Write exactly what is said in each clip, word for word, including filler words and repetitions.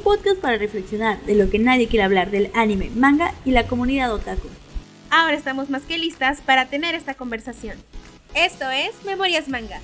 podcast para reflexionar de lo que nadie quiere hablar del anime, manga y la comunidad otaku. Ahora estamos más que listas para tener esta conversación. Esto es Memorias Manga.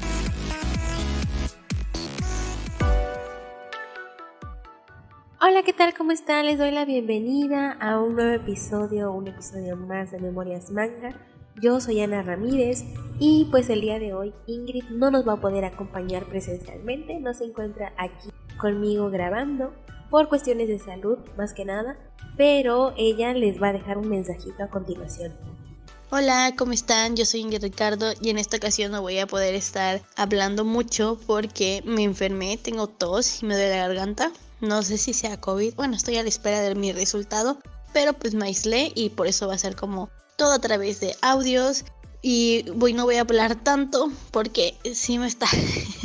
Hola, ¿qué tal? ¿Cómo están? Les doy la bienvenida a un nuevo episodio, un episodio más de Memorias Manga. Yo soy Ana Ramírez y pues el día de hoy Ingrid no nos va a poder acompañar presencialmente, no se encuentra aquí conmigo grabando por cuestiones de salud más que nada, pero ella les va a dejar un mensajito a continuación. Hola, ¿cómo están? Yo soy Ingrid Ricardo y en esta ocasión no voy a poder estar hablando mucho porque me enfermé, tengo tos y me duele la garganta. No sé si sea COVID, bueno, estoy a la espera de mi resultado, pero pues me aislé y por eso va a ser como todo a través de audios y voy, no voy a hablar tanto porque sí me está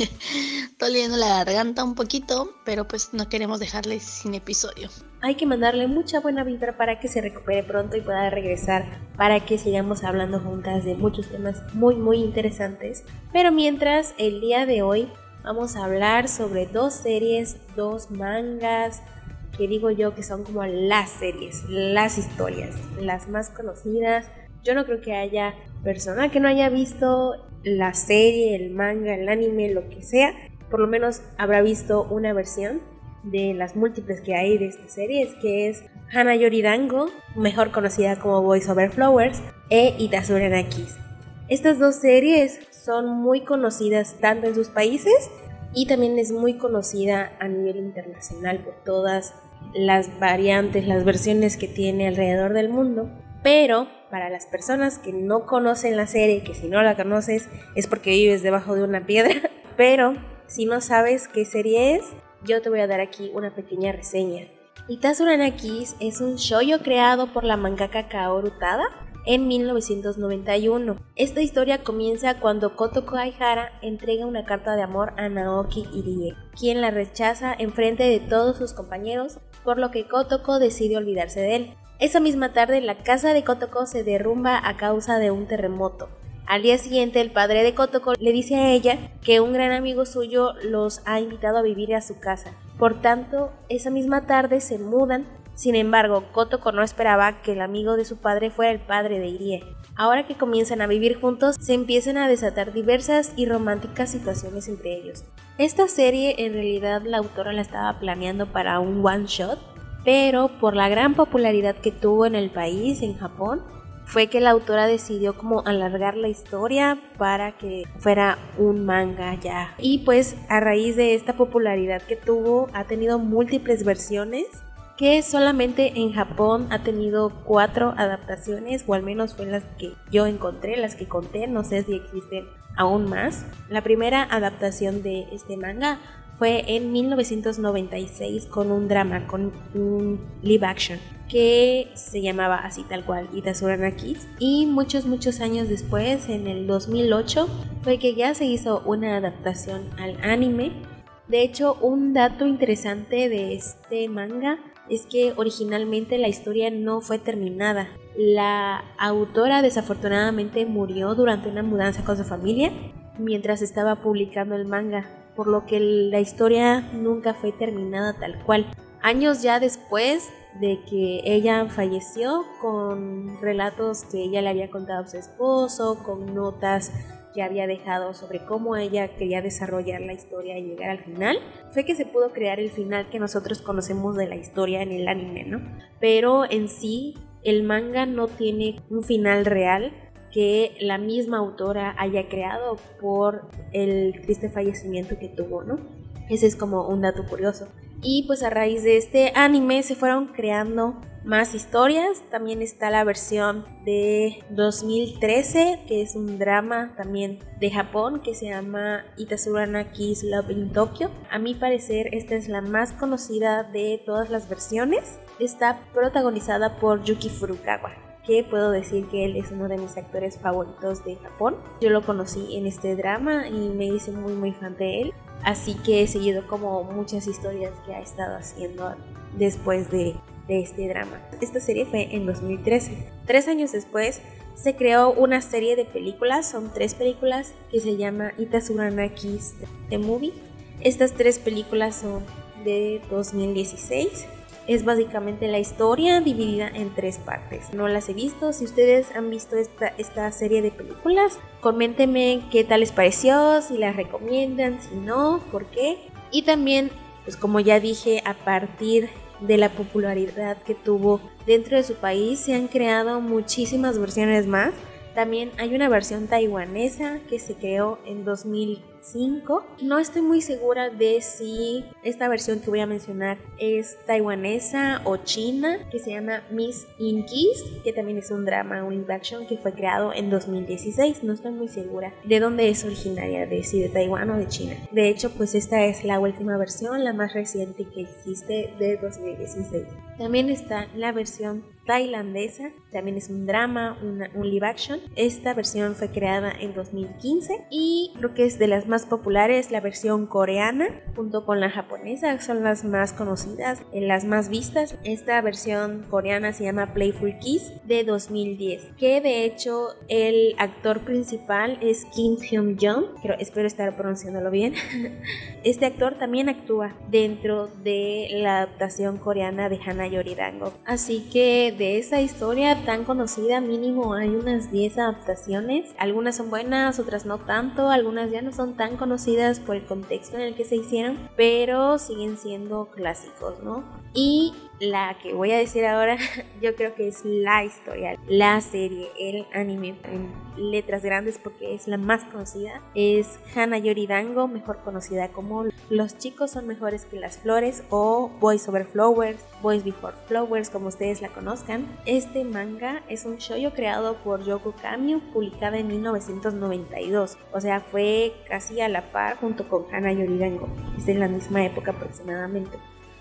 doliendo la garganta un poquito, pero pues no queremos dejarles sin episodio. Hay que mandarle mucha buena vibra para que se recupere pronto y pueda regresar, para que sigamos hablando juntas de muchos temas muy muy interesantes. Pero mientras, el día de hoy vamos a hablar sobre dos series, dos mangas, que digo yo que son como las series, las historias, las más conocidas. Yo no creo que haya persona que no haya visto la serie, el manga, el anime, lo que sea. Por lo menos habrá visto una versión de las múltiples que hay de estas series, que es Hana Yori Dango, mejor conocida como Boys Over Flowers, e Itazura no Kiss. Estas dos series son muy conocidas tanto en sus países y también es muy conocida a nivel internacional por todas las variantes, las versiones que tiene alrededor del mundo. Pero para las personas que no conocen la serie, que si no la conoces es porque vives debajo de una piedra, pero si no sabes qué serie es, yo te voy a dar aquí una pequeña reseña. Itazura no Kiss es un shoujo creado por la mangaka Kaoru Tada en mil novecientos noventa y uno. Esta historia comienza cuando Kotoko Aihara entrega una carta de amor a Naoki Irie, quien la rechaza enfrente de todos sus compañeros, por lo que Kotoko decide olvidarse de él. Esa misma tarde la casa de Kotoko se derrumba a causa de un terremoto. Al día siguiente el padre de Kotoko le dice a ella que un gran amigo suyo los ha invitado a vivir a su casa. Por tanto, esa misma tarde se mudan. Sin embargo, Kotoko no esperaba que el amigo de su padre fuera el padre de Irie. Ahora que comienzan a vivir juntos, se empiezan a desatar diversas y románticas situaciones entre ellos. Esta serie en realidad la autora la estaba planeando para un one shot, pero por la gran popularidad que tuvo en el país, en Japón, fue que la autora decidió como alargar la historia para que fuera un manga ya. Y pues a raíz de esta popularidad que tuvo, ha tenido múltiples versiones, que solamente en Japón ha tenido cuatro adaptaciones, o al menos fue las que yo encontré, las que conté, no sé si existen aún más. La primera adaptación de este manga fue en mil novecientos noventa y seis con un drama, con un live action que se llamaba así tal cual, Itazura no Kiss. Y muchos muchos años después, en el dos mil ocho, fue que ya se hizo una adaptación al anime. De hecho, un dato interesante de este manga es que originalmente la historia no fue terminada. La autora desafortunadamente murió durante una mudanza con su familia mientras estaba publicando el manga, por lo que la historia nunca fue terminada tal cual. Años ya después de que ella falleció, con relatos que ella le había contado a su esposo, con notas que había dejado sobre cómo ella quería desarrollar la historia y llegar al final, fue que se pudo crear el final que nosotros conocemos de la historia en el anime, ¿no? Pero en sí, el manga no tiene un final real que la misma autora haya creado por el triste fallecimiento que tuvo, ¿no? Ese es como un dato curioso. Y pues a raíz de este anime se fueron creando más historias. También está la versión de dos mil trece, que es un drama también de Japón, que se llama Itazura no Kiss Love in Tokyo. A mi parecer esta es la más conocida de todas las versiones. Está protagonizada por Yuki Furukawa, que puedo decir que él es uno de mis actores favoritos de Japón. Yo lo conocí en este drama y me hice muy muy fan de él, así que he seguido como muchas historias que ha estado haciendo después de, de este drama. Esta serie fue en dos mil trece. Tres años después se creó una serie de películas, son tres películas, que se llama Itazura no Kiss The Movie. Estas tres películas son de dos mil dieciséis. Es básicamente la historia dividida en tres partes. No las he visto. Si ustedes han visto esta, esta serie de películas, coméntenme qué tal les pareció, si las recomiendan, si no, por qué. Y también, pues como ya dije, a partir de la popularidad que tuvo dentro de su país, se han creado muchísimas versiones más. También hay una versión taiwanesa que se creó en dos mil cinco. No estoy muy segura de si esta versión que voy a mencionar es taiwanesa o china, que se llama Miss in Kiss, que también es un drama, un live action que fue creado en dos mil dieciséis. No estoy muy segura de dónde es originaria, de si de Taiwán o de China. De hecho, pues esta es la última versión, la más reciente que existe, de dos mil dieciséis. También está la versión tailandesa, también es un drama, una, un live action. Esta versión fue creada en dos mil quince y creo que es de las más populares. La versión coreana junto con la japonesa son las más conocidas, las más vistas. Esta versión coreana se llama Playful Kiss, de dos mil diez, que de hecho el actor principal es Kim Hyun-jung, pero espero estar pronunciándolo bien. Este actor también actúa dentro de la adaptación coreana de Hana Yori Dango, así que de esa historia tan conocida mínimo hay unas diez adaptaciones. Algunas son buenas, otras no tanto, algunas ya no son tan conocidas por el contexto en el que se hicieron, pero siguen siendo clásicos, ¿no? Y la que voy a decir ahora, yo creo que es la historia, la serie, el anime en letras grandes porque es la más conocida, es Hana Yori Dango, mejor conocida como Los chicos son mejores que las flores o Boys Over Flowers, Boys Before Flowers, como ustedes la conozcan. Este manga es un shoujo creado por Yoko Kamio, publicada en mil novecientos noventa y dos, o sea, fue casi a la par junto con Hana Yori Dango, es en la misma época aproximadamente.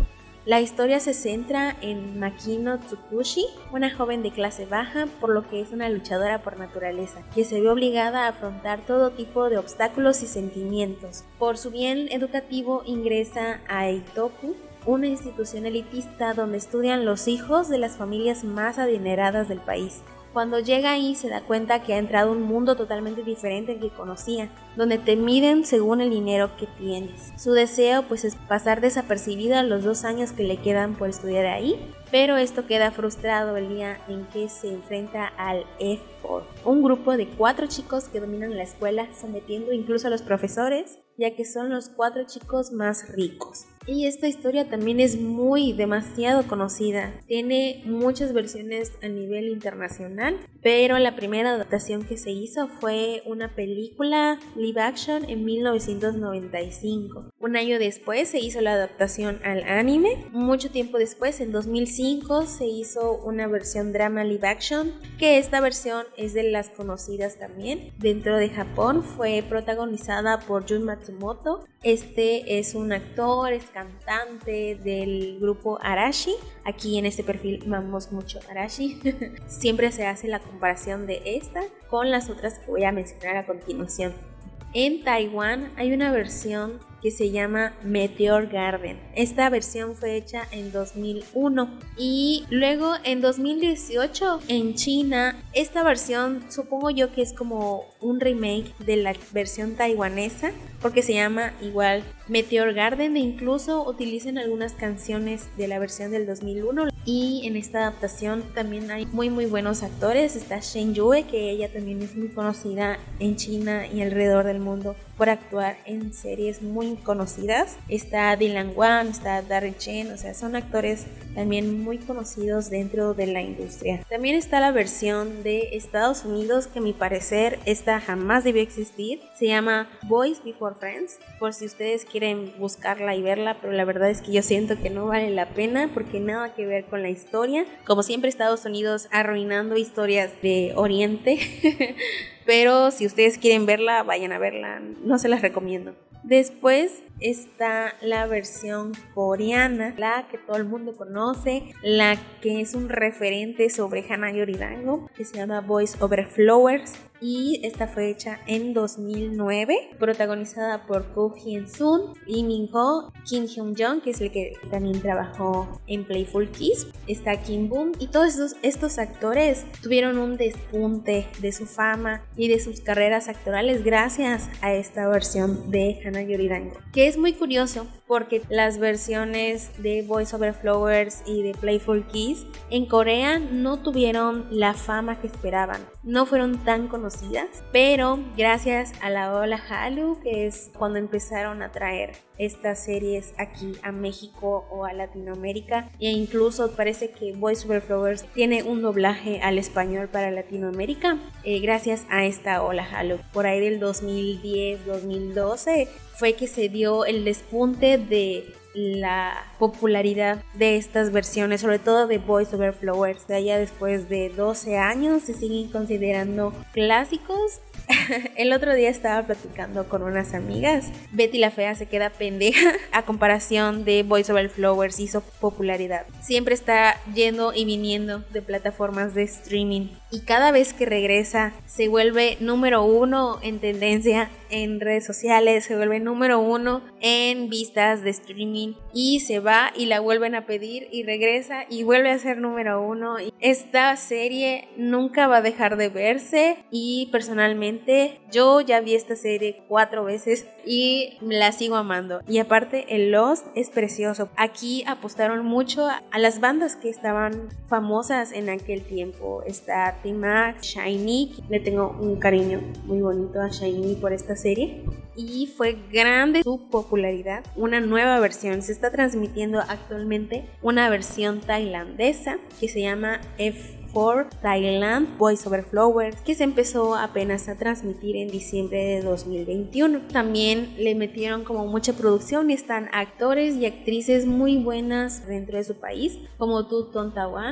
La historia se centra en Makino Tsukushi, una joven de clase baja, por lo que es una luchadora por naturaleza, que se ve obligada a afrontar todo tipo de obstáculos y sentimientos. Por su bien educativo ingresa a Eitoku, una institución elitista donde estudian los hijos de las familias más adineradas del país. Cuando llega ahí se da cuenta que ha entrado a un mundo totalmente diferente al que conocía, donde te miden según el dinero que tienes. Su deseo pues es pasar desapercibida los dos años que le quedan por estudiar ahí, pero esto queda frustrado el día en que se enfrenta al F cuatro, un grupo de cuatro chicos que dominan la escuela, sometiendo incluso a los profesores, ya que son los cuatro chicos más ricos. Y esta historia también es muy, demasiado conocida. Tiene muchas versiones a nivel internacional, pero la primera adaptación que se hizo fue una película live action en mil novecientos noventa y cinco. Un año después se hizo la adaptación al anime. Mucho tiempo después, en dos mil cinco, se hizo una versión drama live action, que esta versión es de las conocidas también. Dentro de Japón fue protagonizada por Jun Matsumoto. Este es un actor, es cantante del grupo Arashi. Aquí en este perfil amamos mucho Arashi. Siempre se hace la comparación de esta con las otras que voy a mencionar a continuación. En Taiwán hay una versión que se llama Meteor Garden. Esta versión fue hecha en dos mil uno y luego en dos mil dieciocho en China. Esta versión supongo yo que es como un remake de la versión taiwanesa, porque se llama igual Meteor Garden e incluso utilizan algunas canciones de la versión del dos mil uno. Y en esta adaptación también hay muy muy buenos actores. Está Shen Yue, que ella también es muy conocida en China y alrededor del mundo por actuar en series muy conocidas. Está Dylan Wang, está Darren Chen, o sea, son actores también muy conocidos dentro de la industria. También está la versión de Estados Unidos, que a mi parecer esta jamás debió existir. Se llama Boys Before Friends, por si ustedes quieren buscarla y verla, pero la verdad es que yo siento que no vale la pena porque nada que ver con la historia. Como siempre, Estados Unidos arruinando historias de Oriente. Pero si ustedes quieren verla, vayan a verla, no se las recomiendo. Después está la versión coreana, la que todo el mundo conoce, la que es un referente sobre Hana Yori Dango, que se llama Boys Over Flowers. y esta fue hecha en dos mil nueve, protagonizada por Ko Hyun-sun, Lee Min-ho, Kim Hyun-jung, que es el que también trabajó en Playful Kiss, está Kim Boom, y todos estos, estos actores tuvieron un despunte de su fama y de sus carreras actorales gracias a esta versión de Hana Yoridango, que es muy curioso porque las versiones de Boys Over Flowers y de Playful Kiss en Corea no tuvieron la fama que esperaban, no fueron tan conocidas, pero gracias a la ola Hallyu, que es cuando empezaron a traer estas series aquí a México o a Latinoamérica, e incluso parece que Boys Over Flowers tiene un doblaje al español para Latinoamérica, eh, gracias a esta ola Hallyu. Por ahí del dos mil diez, dos mil doce fue que se dio el despunte de la popularidad de estas versiones, sobre todo de Boys Over Flowers. De allá después de doce años se siguen considerando clásicos. El otro día estaba platicando con unas amigas. Betty la Fea se queda pendeja a comparación de Boys Over Flowers, hizo popularidad. Siempre está yendo y viniendo de plataformas de streaming y cada vez que regresa se vuelve número uno en tendencia en redes sociales, se vuelve número uno en vistas de streaming y se va y la vuelven a pedir y regresa y vuelve a ser número uno. Esta serie nunca va a dejar de verse y personalmente yo ya vi esta serie cuatro veces y la sigo amando. Y aparte el Lost es precioso. Aquí apostaron mucho a las bandas que estaban famosas en aquel tiempo. Está T-Max, Shiny, le tengo un cariño muy bonito a Shiny por esta serie. Y fue grande su popularidad. Una nueva versión se está transmitiendo actualmente, una versión tailandesa que se llama F cuatro Thailand Boys Over Flowers, que se empezó apenas a transmitir en diciembre de dos mil veintiuno. También le metieron como mucha producción y están actores y actrices muy buenas dentro de su país, como Tu Tontawan,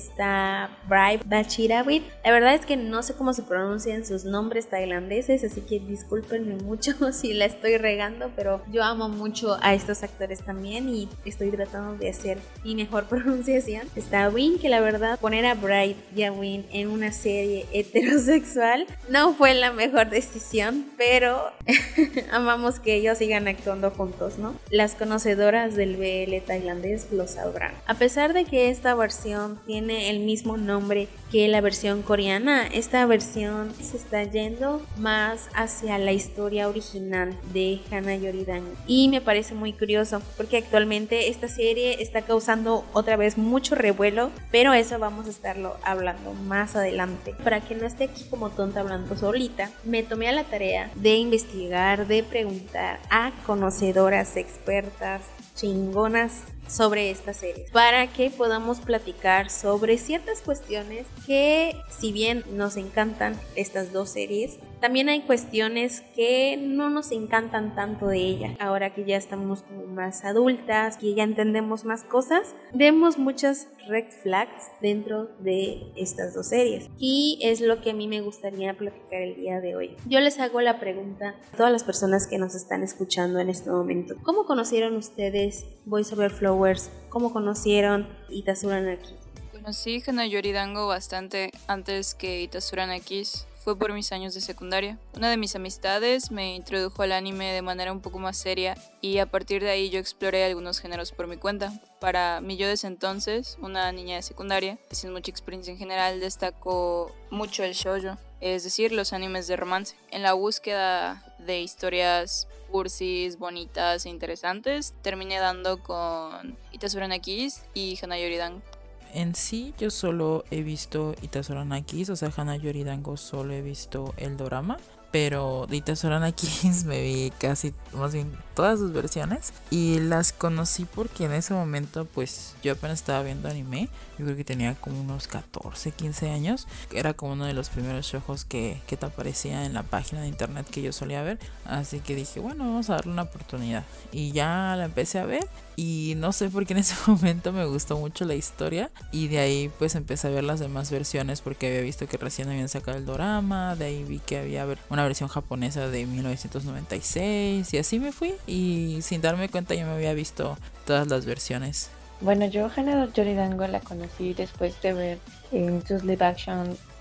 está Bribe Bachirawit. La verdad es que no sé cómo se pronuncian sus nombres tailandeses, así que discúlpenme mucho si la estoy regando, pero yo amo mucho a estos actores también y estoy tratando de hacer mi mejor pronunciación. Está Win, que la verdad poner a Bribe y a Win en una serie heterosexual no fue la mejor decisión, pero amamos que ellos sigan actuando juntos, ¿no? Las conocedoras del B L tailandés lo sabrán. A pesar de que esta versión tiene el mismo nombre que la versión coreana, esta versión se está yendo más hacia la historia original de Hana Yoridango y me parece muy curioso porque actualmente esta serie está causando otra vez mucho revuelo, pero eso vamos a estarlo hablando más adelante. Para que no esté aquí como tonta hablando solita, me tomé a la tarea de investigar, de preguntar a conocedoras, expertas, chingonas sobre estas series, para que podamos platicar sobre ciertas cuestiones que, si bien nos encantan estas dos series, también hay cuestiones que no nos encantan tanto de ella. Ahora que ya estamos como más adultas, que ya entendemos más cosas, vemos muchas red flags dentro de estas dos series y es lo que a mí me gustaría platicar el día de hoy. Yo les hago la pregunta a todas las personas que nos están escuchando en este momento: ¿cómo conocieron ustedes Boys Over Flowers? ¿Cómo conocieron Itasura no Kiss? Conocí Hana Yoridango bastante antes que Itasura no Kiss. Fue por mis años de secundaria. Una de mis amistades me introdujo al anime de manera un poco más seria y a partir de ahí yo exploré algunos géneros por mi cuenta. Para mí, yo de ese entonces, una niña de secundaria, sin mucha experiencia en general, destacó mucho el shoujo, es decir, los animes de romance. En la búsqueda de historias cursis, bonitas e interesantes, terminé dando con Itasura no Kiss y Hana Yoridango. En sí, yo solo he visto Itasura no Kiss, o sea, Hana Yoridango solo he visto el dorama, pero de Itasura no Kiss me vi casi, más bien todas sus versiones y las conocí porque en ese momento pues yo apenas estaba viendo anime. Yo creo que tenía como unos catorce, quince años. Era como uno de los primeros shoujos que, que te aparecía en la página de internet que yo solía ver. Así que dije, bueno, vamos a darle una oportunidad. Y ya la empecé a ver y no sé por qué en ese momento me gustó mucho la historia. Y de ahí pues empecé a ver las demás versiones porque había visto que recién habían sacado el dorama. De ahí vi que había una versión japonesa de mil novecientos noventa y seis y así me fui. Y sin darme cuenta yo me había visto todas las versiones. Bueno, yo Hana Yoridango la conocí después de ver en sus live action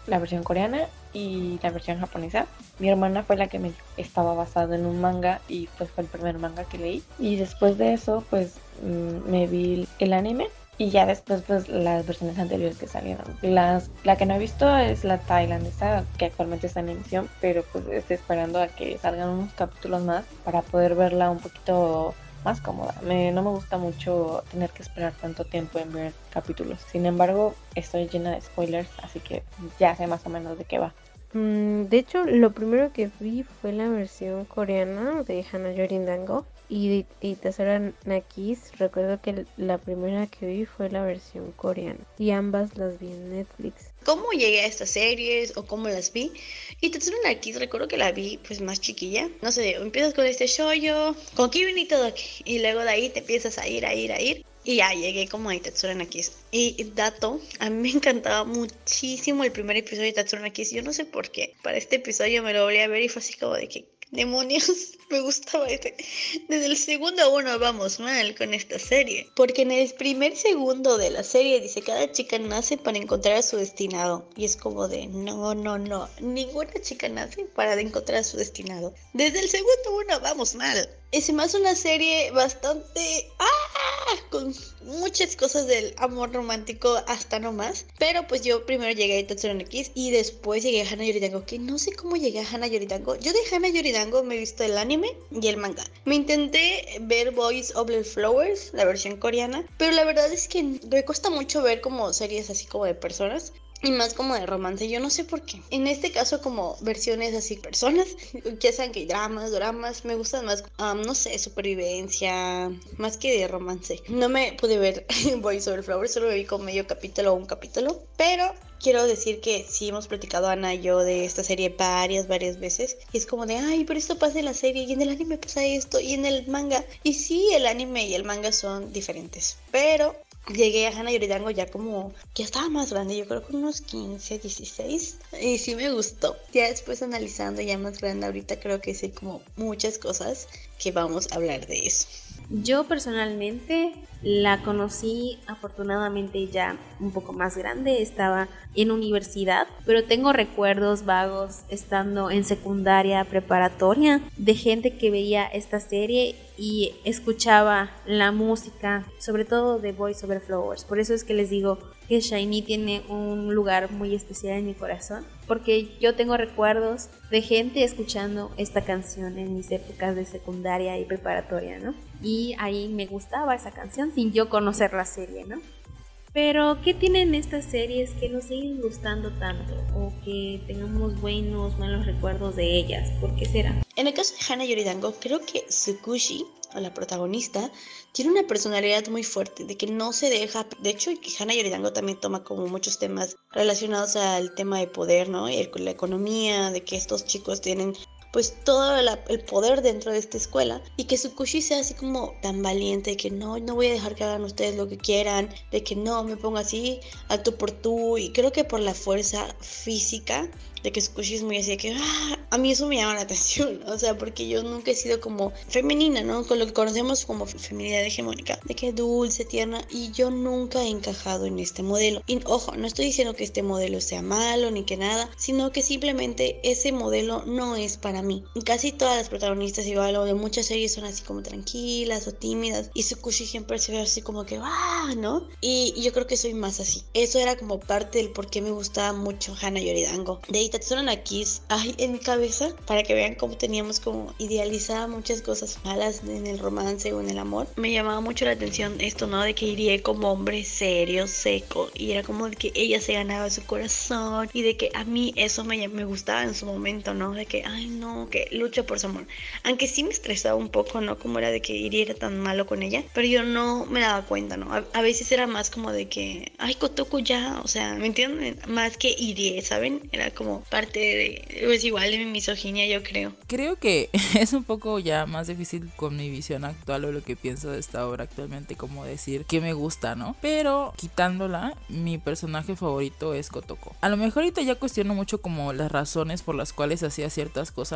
la versión coreana y la versión japonesa. Mi hermana fue la que me estaba basada en un manga y pues fue el primer manga que leí. Y después de eso pues mmm, me vi el anime. Y ya después, pues, las versiones anteriores que salieron. Las, la que no he visto es la tailandesa, que actualmente está en emisión, pero pues estoy esperando a que salgan unos capítulos más para poder verla un poquito más cómoda. Me, no me gusta mucho tener que esperar tanto tiempo en ver capítulos. Sin embargo, estoy llena de spoilers, así que ya sé más o menos de qué va. Mm, de hecho, lo primero que vi fue la versión coreana de Hana Yorindango. Y, y Tesora Nakis, recuerdo que la primera que vi fue la versión coreana. Y ambas las vi en Netflix. ¿Cómo llegué a estas series o cómo las vi? Y Tetsuya Nakis, recuerdo que la vi pues más chiquilla. No sé, empiezas con este shoujo, con Kibin y todo aquí. Y luego de ahí te empiezas a ir, a ir, a ir. Y ya llegué como a Tetsuya Nakis. Y dato, a mí me encantaba muchísimo el primer episodio de Tetsuya Nakis. Yo no sé por qué. Para este episodio me lo volví a ver y fue así como de que... demonios, me gustaba este. Desde el segundo uno vamos mal con esta serie. Porque en el primer segundo de la serie dice: cada chica nace para encontrar a su destinado. Y es como de no, no, no. Ninguna chica nace para encontrar a su destinado. Desde el segundo uno vamos mal. Es más una serie bastante... ¡ah! Con muchas cosas del amor romántico hasta no más. Pero pues yo primero llegué a Tetsuya Nakis y después llegué a Hana Yoridango. Que no sé cómo llegué a Hana Yoridango. Yo de Hana Yoridango me he visto el anime y el manga. Me intenté ver Boys Over Flowers, la versión coreana. Pero la verdad es que me cuesta mucho ver como series así como de personas. Y más como de romance, yo no sé por qué. En este caso como versiones así, personas, ya sean que hay dramas, dramas, me gustan más, um, no sé, supervivencia, más que de romance. No me pude ver Boys Over Flowers, solo vi como medio capítulo o un capítulo, pero... quiero decir que sí hemos platicado Ana y yo de esta serie varias, varias veces. Y es como de, ay, pero esto pasa en la serie y en el anime pasa esto y en el manga. Y sí, el anime y el manga son diferentes. Pero llegué a Hana Yoridango ya como, ya estaba más grande, yo creo que unos quince, dieciséis. Y sí me gustó. Ya después analizando ya más grande ahorita creo que sé como muchas cosas que vamos a hablar de eso. Yo personalmente la conocí afortunadamente ya un poco más grande, estaba en universidad, pero tengo recuerdos vagos estando en secundaria preparatoria de gente que veía esta serie y escuchaba la música, sobre todo de Boys Over Flowers. Por eso es que les digo que SHINee tiene un lugar muy especial en mi corazón, porque yo tengo recuerdos de gente escuchando esta canción en mis épocas de secundaria y preparatoria, ¿no? Y ahí me gustaba esa canción sin yo conocer la serie, ¿no? Pero, ¿qué tienen estas series que nos siguen gustando tanto? O que tengamos buenos, malos recuerdos de ellas. ¿Por qué será? En el caso de Hana Yoridango, creo que Tsukushi, o la protagonista, tiene una personalidad muy fuerte, de que no se deja... De hecho, que Hana Yoridango también toma como muchos temas relacionados al tema de poder, ¿no? Y el, la economía, de que estos chicos tienen... pues todo la, el poder dentro de esta escuela, y que Tsukushi sea así como tan valiente, que no, no voy a dejar que hagan ustedes lo que quieran, de que no, me pongo así, al tú por tú, y creo que por la fuerza física, de que Tsukushi es muy así, de que ah, a mí eso me llama la atención, o sea, porque yo nunca he sido como femenina, ¿no? Con lo que conocemos como feminidad hegemónica, de que dulce, tierna, y yo nunca he encajado en este modelo. Y ojo, no estoy diciendo que este modelo sea malo ni que nada, sino que simplemente ese modelo no es para mí. Casi todas las protagonistas, igual, o de muchas series, son así como tranquilas o tímidas, y Tsukushi siempre se ve así como que ¡ah! ¿No? Y, y yo creo que soy más así. Eso era como parte del por qué me gustaba mucho Hana Yoridango. De ahí Tetsuya Nakis, ay, en mi cabeza, para que vean cómo teníamos como idealizada muchas cosas malas en el romance o en el amor, me llamaba mucho la atención esto, ¿no? De que iría como hombre serio, seco, y era como de que ella se ganaba su corazón, y de que a mí eso me, me gustaba en su momento, ¿no? De que, ay, no, que lucha por su amor. Aunque sí me estresaba un poco, ¿no? Como era de que Irie era tan malo con ella, pero yo no me daba cuenta, ¿no? A, a veces era más como de que, ay, Kotoko ya, o sea, ¿me entienden? Más que Irie, ¿saben? Era como parte de, pues igual de mi misoginia, yo creo. Creo que es un poco ya más difícil con mi visión actual o lo que pienso de esta obra actualmente, como decir que me gusta, ¿no? Pero quitándola, mi personaje favorito es Kotoko. A lo mejor ahorita ya cuestiono mucho como las razones por las cuales hacía ciertas cosas,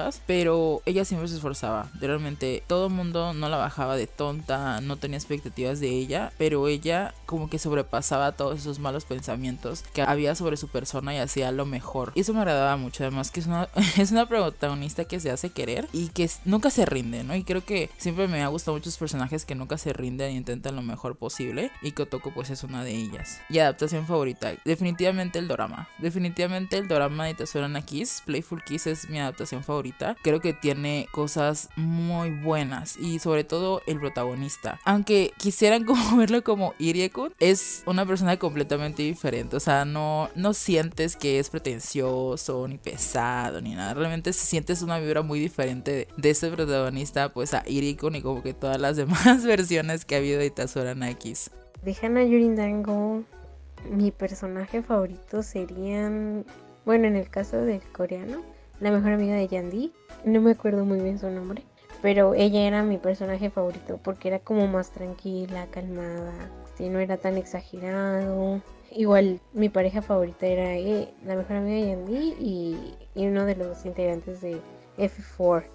cosas, pero ella siempre se esforzaba. Realmente todo el mundo no la bajaba de tonta, no tenía expectativas de ella, pero ella como que sobrepasaba todos esos malos pensamientos que había sobre su persona y hacía lo mejor. Y eso me agradaba mucho, además que es una, es una protagonista que se hace querer y que nunca se rinde, ¿no? Y creo que siempre me ha gustado muchos personajes que nunca se rinden e intentan lo mejor posible, y Kotoko pues es una de ellas. Y adaptación favorita, definitivamente el dorama. Definitivamente el dorama de Itazurana Kiss, Playful Kiss, es mi adaptación favorita. Creo que tiene cosas muy buenas y sobre todo el protagonista. Aunque quisieran como verlo como Irie-kun, es una persona completamente diferente. O sea, no, no sientes que es pretencioso ni pesado ni nada. Realmente se sientes una vibra muy diferente de, de ese protagonista pues a Irie-kun y como que todas las demás versiones que ha habido de Itazurana Kiss. De Hana Yori Dango, mi personaje favorito serían, bueno, en el caso del coreano, la mejor amiga de Yandy. No me acuerdo muy bien su nombre, pero ella era mi personaje favorito porque era como más tranquila, calmada, ¿sí? No era tan exagerado. Igual mi pareja favorita era eh, la mejor amiga de Yandy y, y uno de los integrantes de F cuatro.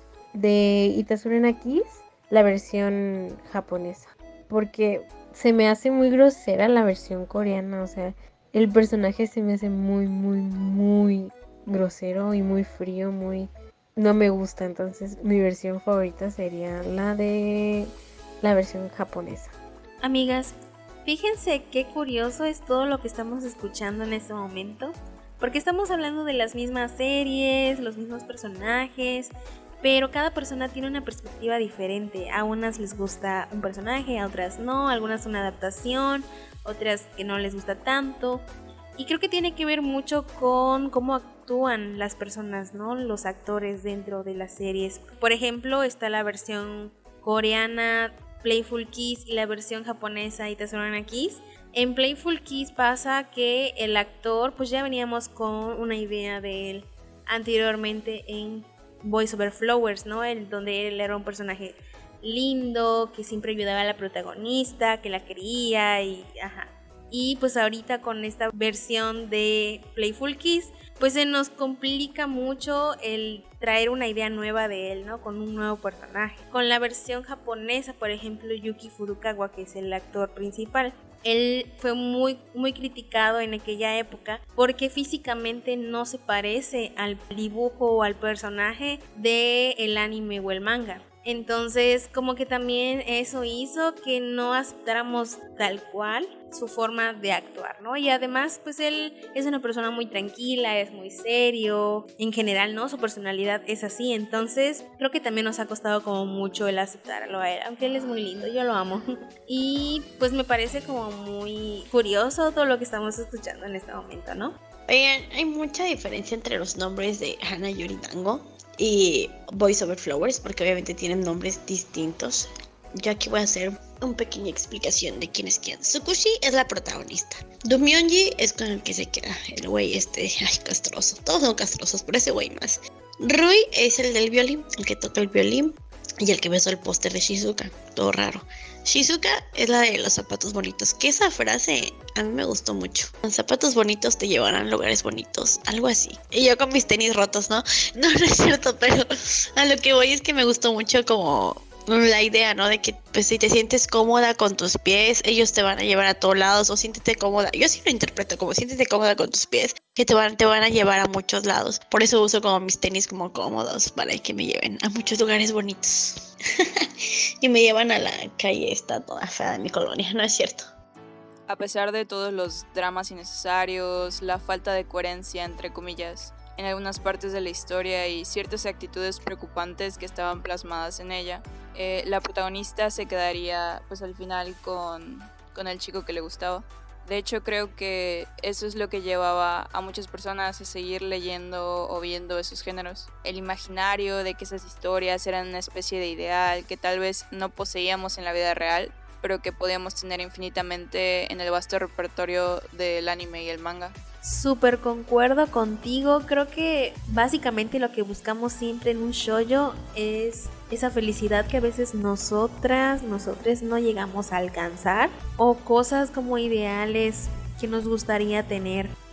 De Itazurana Kiss, la versión japonesa, porque se me hace muy grosera la versión coreana. O sea, el personaje se me hace muy, muy, muy grosero y muy frío, muy... no me gusta. Entonces mi versión favorita sería la de la versión japonesa. Amigas, fíjense qué curioso es todo lo que estamos escuchando en este momento, porque estamos hablando de las mismas series, los mismos personajes, pero cada persona tiene una perspectiva diferente. A unas les gusta un personaje, a otras no, algunas una adaptación, otras que no les gusta tanto. Y creo que tiene que ver mucho con cómo actúan las personas, ¿no? Los actores dentro de las series. Por ejemplo, está la versión coreana Playful Kiss y la versión japonesa Itazurana Kiss. En Playful Kiss pasa que el actor, pues ya veníamos con una idea de él anteriormente en Boys Over Flowers, ¿no? El, donde él era un personaje lindo, que siempre ayudaba a la protagonista, que la quería y ajá. Y pues ahorita con esta versión de Playful Kiss, pues se nos complica mucho el traer una idea nueva de él, ¿no? Con un nuevo personaje. Con la versión japonesa, por ejemplo, Yuki Furukawa, que es el actor principal, él fue muy, muy criticado en aquella época porque físicamente no se parece al dibujo o al personaje del anime o el manga. Entonces, como que también eso hizo que no aceptáramos tal cual su forma de actuar, ¿no? Y además, pues él es una persona muy tranquila, es muy serio, en general, ¿no? Su personalidad es así, entonces creo que también nos ha costado como mucho el aceptarlo a él, aunque él es muy lindo, yo lo amo. Y pues me parece como muy curioso todo lo que estamos escuchando en este momento, ¿no? Oigan, hay mucha diferencia entre los nombres de Hana Yori Dango y Boys Over Flowers, porque obviamente tienen nombres distintos. Yo aquí voy a hacer una pequeña explicación de quién es quién. Tsukushi es la protagonista. Doomyeonji es con el que se queda, el güey este, ay, castroso. Todos son castrosos, pero ese güey más. Rui es el del violín, el que toca el violín y el que besó el póster de Shizuka, todo raro. Shizuka es la de los zapatos bonitos, que esa frase a mí me gustó mucho. Los zapatos bonitos te llevarán a lugares bonitos, algo así. Y yo con mis tenis rotos, ¿no? No, no es cierto, pero a lo que voy es que me gustó mucho como la idea, ¿no? De que pues si te sientes cómoda con tus pies, ellos te van a llevar a todos lados, o siéntete cómoda. Yo sí lo interpreto como siéntete cómoda con tus pies, que te van, te van a llevar a muchos lados. Por eso uso como mis tenis como cómodos, para que me lleven a muchos lugares bonitos. Y me llevan a la calle esta toda fea de mi colonia, ¿no es cierto? A pesar de todos los dramas innecesarios, la falta de coherencia, entre comillas, en algunas partes de la historia y ciertas actitudes preocupantes que estaban plasmadas en ella, eh, la protagonista se quedaría pues al final con, con el chico que le gustaba. De hecho, creo que eso es lo que llevaba a muchas personas a seguir leyendo o viendo esos géneros. El imaginario de que esas historias eran una especie de ideal que tal vez no poseíamos en la vida real, pero que podíamos tener infinitamente en el vasto repertorio del anime y el manga. Súper concuerdo contigo, creo que básicamente lo que buscamos siempre en un shoujo es esa felicidad que a veces nosotras, nosotros no llegamos a alcanzar, o cosas como ideales que nos gustaría tener.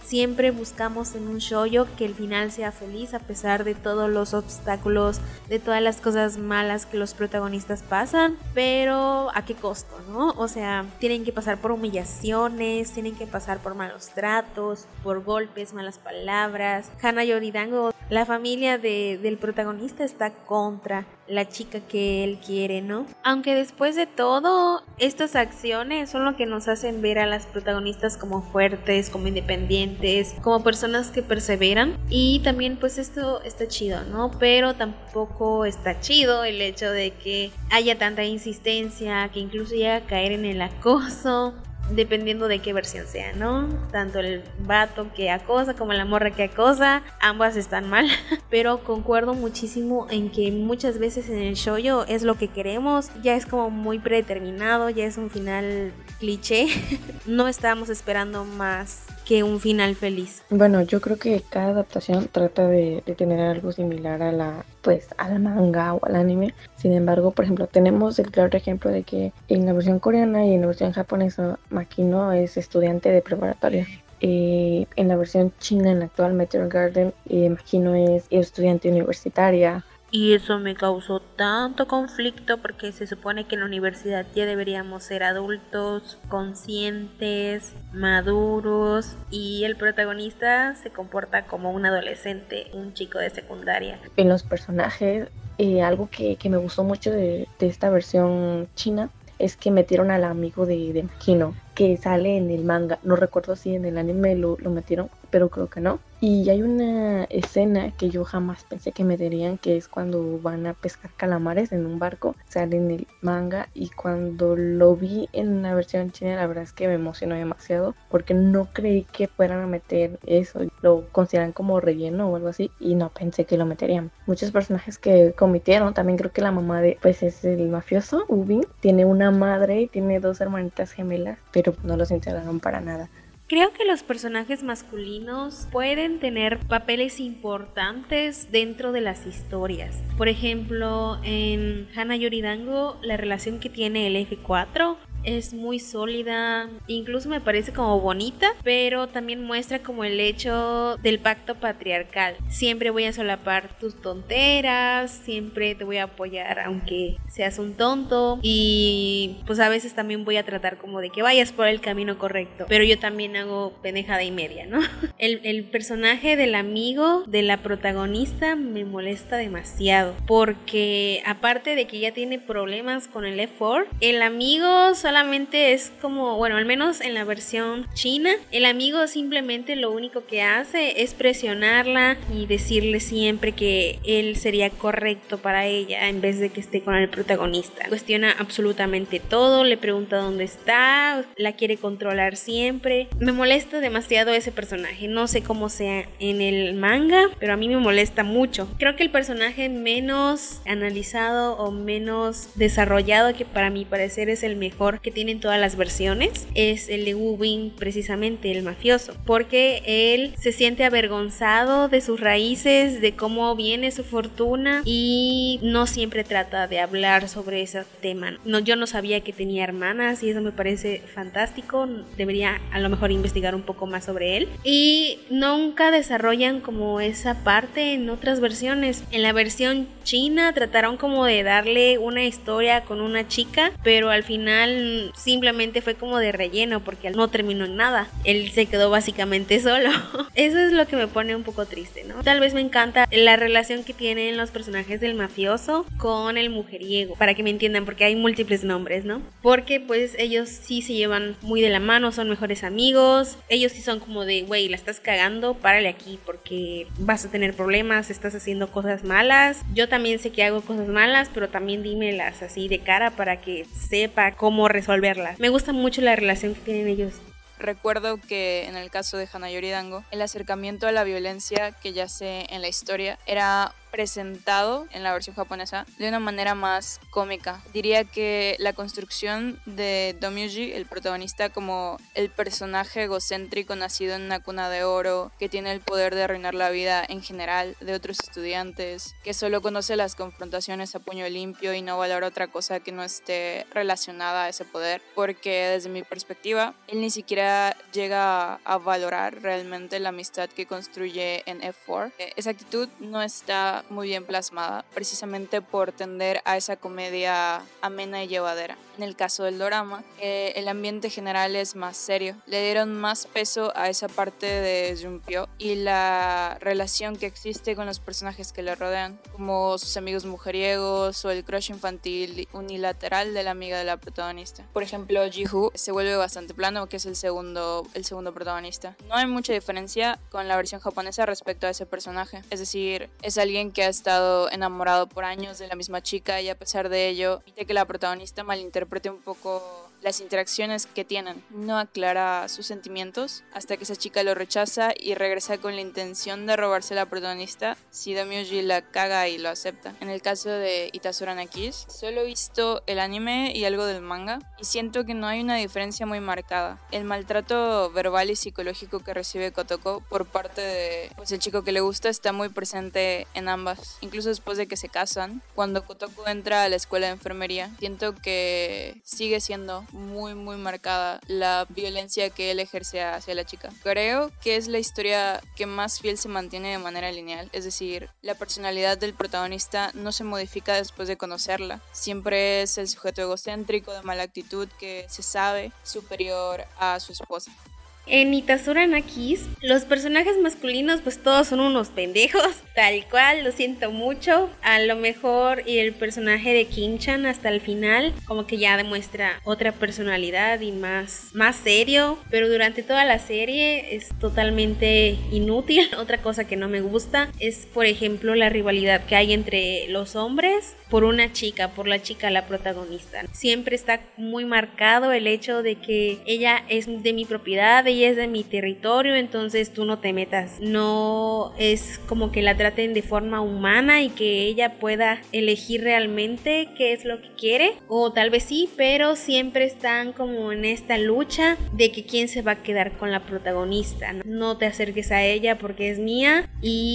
siempre buscamos en un shoujo que el final sea feliz a pesar de todos los obstáculos, de todas las cosas malas que los protagonistas pasan, pero ¿a qué costo, no? O sea, tienen que pasar por humillaciones, tienen que pasar por malos tratos, por golpes, malas palabras. Hana Yoridango, la familia de, del protagonista está contra la chica que él quiere, ¿no? Aunque después de todo, estas acciones son lo que nos hacen ver a las protagonistas como fuertes, como independientes, como personas que perseveran. Y también pues esto está chido, ¿no? Pero tampoco está chido el hecho de que haya tanta insistencia, que incluso llega a caer en el acoso, dependiendo de qué versión sea, ¿no? Tanto el vato que acosa como la morra que acosa, ambas están mal. Pero concuerdo muchísimo en que muchas veces en el shoujo es lo que queremos, ya es como muy predeterminado, ya es un final cliché. No estábamos esperando más que un final feliz. Bueno, yo creo que cada adaptación trata de, de tener algo similar a la, pues, al manga o al anime. Sin embargo, por ejemplo, tenemos el claro ejemplo de que en la versión coreana y en la versión japonesa, Makino es estudiante de preparatoria. Eh, en la versión china, en la actual Meteor Garden, eh, Makino es estudiante universitaria. Y eso me causó tanto conflicto porque se supone que en la universidad ya deberíamos ser adultos, conscientes, maduros, y el protagonista se comporta como un adolescente, un chico de secundaria. En los personajes, eh, algo que, que me gustó mucho de, de esta versión china es que metieron al amigo de, de Makino, que sale en el manga. No recuerdo si en el anime lo, lo metieron, pero creo que no. Y hay una escena que yo jamás pensé que meterían, que es cuando van a pescar calamares en un barco. Sale en el manga y cuando lo vi en la versión china, la verdad es que me emocionó demasiado porque no creí que fueran a meter eso. Lo consideran como relleno o algo así y no pensé que lo meterían. Muchos personajes que cometieron, también creo que la mamá de, pues es el mafioso, Ubin. Tiene una madre y tiene dos hermanitas gemelas, pero no los integraron para nada. Creo que los personajes masculinos pueden tener papeles importantes dentro de las historias. Por ejemplo, en Hana Yoridango, la relación que tiene el F cuatro es muy sólida, incluso me parece como bonita, pero también muestra como el hecho del pacto patriarcal. Siempre voy a solapar tus tonteras, siempre te voy a apoyar aunque seas un tonto, y pues a veces también voy a tratar como de que vayas por el camino correcto, pero yo también hago pendejada y media, ¿no? El, el personaje del amigo de la protagonista me molesta demasiado, porque aparte de que ya tiene problemas con el F cuatro, el amigo solamente es como, bueno, al menos en la versión china, el amigo simplemente lo único que hace es presionarla y decirle siempre que él sería correcto para ella en vez de que esté con el protagonista. Cuestiona absolutamente todo, le pregunta dónde está, la quiere controlar siempre. Me molesta demasiado ese personaje, no sé cómo sea en el manga, pero a mí me molesta mucho. Creo que el personaje menos analizado o menos desarrollado, que para mi parecer es el mejor que tienen todas las versiones, es el de Woo Bin, precisamente el mafioso, porque él se siente avergonzado de sus raíces, de cómo viene su fortuna, y no siempre trata de hablar sobre ese tema. No, yo no sabía que tenía hermanas y eso me parece fantástico. Debería a lo mejor investigar un poco más sobre él, y nunca desarrollan como esa parte en otras versiones. En la versión china trataron como de darle una historia con una chica, pero al final simplemente fue como de relleno porque no terminó en nada. Él se quedó básicamente solo. Eso es lo que me pone un poco triste, ¿no? Tal vez me encanta la relación que tienen los personajes del mafioso con el mujeriego, para que me entiendan, porque hay múltiples nombres, ¿no? Porque pues ellos sí se llevan muy de la mano, son mejores amigos. Ellos sí son como de, güey, la estás cagando, párale aquí porque vas a tener problemas, estás haciendo cosas malas. Yo también sé que hago cosas malas, pero también dímelas así de cara para que sepa cómo resolverlas. Me gusta mucho la relación que tienen ellos. Recuerdo que en el caso de Hana Yoridango, el acercamiento a la violencia que yace en la historia era presentado en la versión japonesa de una manera más cómica. Diría que la construcción de Domyuji, el protagonista, como el personaje egocéntrico nacido en una cuna de oro, que tiene el poder de arruinar la vida en general de otros estudiantes, que solo conoce las confrontaciones a puño limpio y no valora otra cosa que no esté relacionada a ese poder, porque desde mi perspectiva, él ni siquiera llega a valorar realmente la amistad que construye en F cuatro. Esa actitud no está muy bien plasmada, precisamente por tender a esa comedia amena y llevadera. En el caso del dorama, eh, el ambiente general es más serio. Le dieron más peso a esa parte de Junpyo y la relación que existe con los personajes que le rodean, como sus amigos mujeriegos o el crush infantil unilateral de la amiga de la protagonista. Por ejemplo, Ji-Hoo se vuelve bastante plano, que es el segundo, el segundo protagonista. No hay mucha diferencia con la versión japonesa respecto a ese personaje. Es decir, es alguien que ha estado enamorado por años de la misma chica y a pesar de ello, permite que la protagonista malinterprete un poco las interacciones que tienen. No aclara sus sentimientos hasta que esa chica lo rechaza y regresa con la intención de robarse a la protagonista si Domyuji la caga y lo acepta. En el caso de Itazura no Kiss, solo he visto el anime y algo del manga y siento que no hay una diferencia muy marcada. El maltrato verbal y psicológico que recibe Kotoko por parte de pues, el chico que le gusta está muy presente en ambas. Incluso después de que se casan, cuando Kotoko entra a la escuela de enfermería, siento que sigue siendo muy muy marcada la violencia que él ejerce hacia la chica. Creo que es la historia que más fiel se mantiene de manera lineal, es decir, la personalidad del protagonista no se modifica después de conocerla. Siempre es el sujeto egocéntrico de mala actitud que se sabe superior a su esposa. En Itazura no Kiss, los personajes masculinos pues todos son unos pendejos, tal cual, lo siento mucho. A lo mejor y el personaje de Kinchan hasta el final como que ya demuestra otra personalidad y más, más serio, pero durante toda la serie es totalmente inútil. Otra cosa que no me gusta es, por ejemplo, la rivalidad que hay entre los hombres por una chica, por la chica la protagonista. Siempre está muy marcado el hecho de que ella es de mi propiedad, ella es de mi territorio, entonces tú no te metas. No es como que la traten de forma humana y que ella pueda elegir realmente qué es lo que quiere, o tal vez sí, pero siempre están como en esta lucha de que quién se va a quedar con la protagonista. No, no te acerques a ella porque es mía,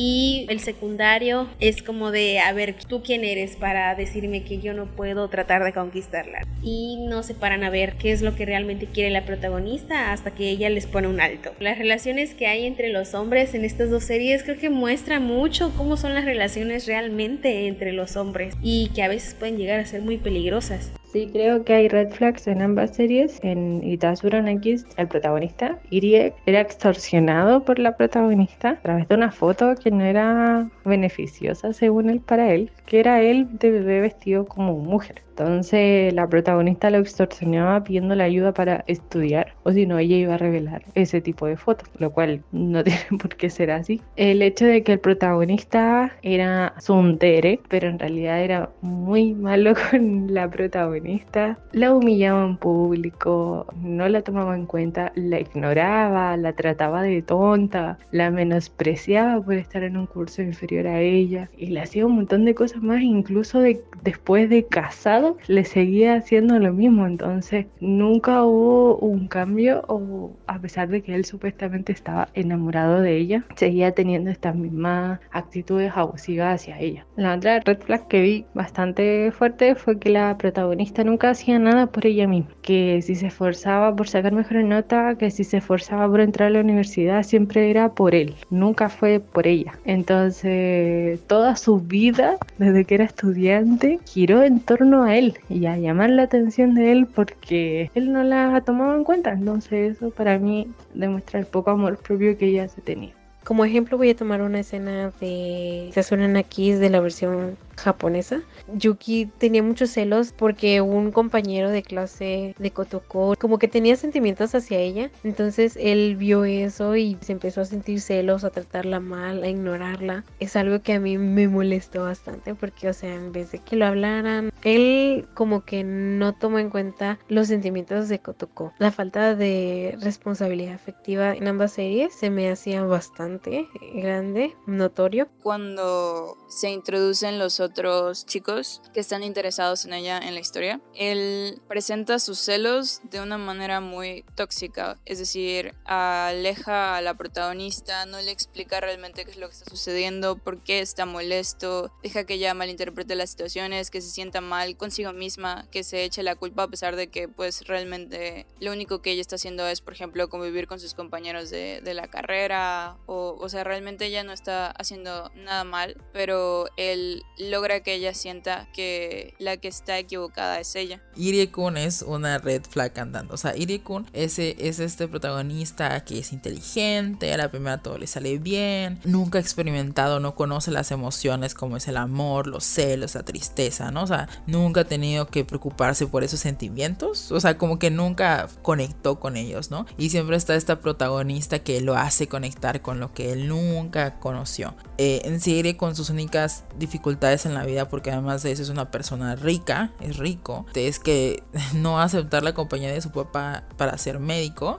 y el secundario es como de, a ver, ¿tú quién eres para decirme que yo no puedo tratar de conquistarla? Y no se paran a ver qué es lo que realmente quiere la protagonista hasta que ella les pone un alto. Las relaciones que hay entre los hombres en estas dos series creo que muestran mucho cómo son las relaciones realmente entre los hombres y que a veces pueden llegar a ser muy peligrosas. Sí, creo que hay red flags en ambas series. En Itazura no Kiss, el protagonista, Irie, era extorsionado por la protagonista a través de una foto que no era beneficiosa según él para él, que era él de bebé vestido como mujer. Entonces la protagonista lo extorsionaba pidiéndole ayuda para estudiar, o si no ella iba a revelar ese tipo de fotos, lo cual no tiene por qué ser así. El hecho de que el protagonista era tsundere, pero en realidad era muy malo con la protagonista, la humillaba en público, no la tomaba en cuenta, la ignoraba, la trataba de tonta, la menospreciaba por estar en un curso inferior a ella y le hacía un montón de cosas más, incluso de, después de casado le seguía haciendo lo mismo. Entonces nunca hubo un cambio, o a pesar de que él supuestamente estaba enamorado de ella, seguía teniendo estas mismas actitudes abusivas hacia ella. La otra red flag que vi bastante fuerte fue que la protagonista nunca hacía nada por ella misma, que si se esforzaba por sacar mejores notas, que si se esforzaba por entrar a la universidad, siempre era por él, nunca fue por ella. Entonces toda su vida desde que era estudiante giró en torno a él y a llamar la atención de él porque él no la tomaba en cuenta. Entonces eso para mí demuestra el poco amor propio que ella se tenía. Como ejemplo voy a tomar una escena de Itazura no Kiss de la versión japonesa. Yuki tenía muchos celos porque un compañero de clase de Kotoko como que tenía sentimientos hacia ella. Entonces él vio eso y se empezó a sentir celos, a tratarla mal, a ignorarla. Es algo que a mí me molestó bastante porque, o sea, en vez de que lo hablaran, él como que no tomó en cuenta los sentimientos de Kotoko. La falta de responsabilidad afectiva en ambas series se me hacía bastante grande, notorio. Cuando se introducen los otros chicos que están interesados en ella en la historia, él presenta sus celos de una manera muy tóxica, es decir, aleja a la protagonista, no le explica realmente qué es lo que está sucediendo, por qué está molesto, deja que ella malinterprete las situaciones, que se sienta mal consigo misma, que se eche la culpa a pesar de que pues realmente lo único que ella está haciendo es, por ejemplo, convivir con sus compañeros de, de la carrera, o, o sea, realmente ella no está haciendo nada mal, pero él logra que ella sienta que la que está equivocada es ella. Irie-kun es una red flag andando. O sea, Irie-kun es, es este protagonista que es inteligente, a la primera todo le sale bien, nunca ha experimentado, no conoce las emociones como es el amor, los celos, la tristeza, ¿no? O sea, nunca ha tenido que preocuparse por esos sentimientos. O sea, como que nunca conectó con ellos, ¿no? Y siempre está esta protagonista que lo hace conectar con lo que él nunca conoció. Eh, en serie con sus únicas dificultades en la vida, porque además de eso es una persona rica, es rico, es que no aceptar la compañía de su papá para ser médico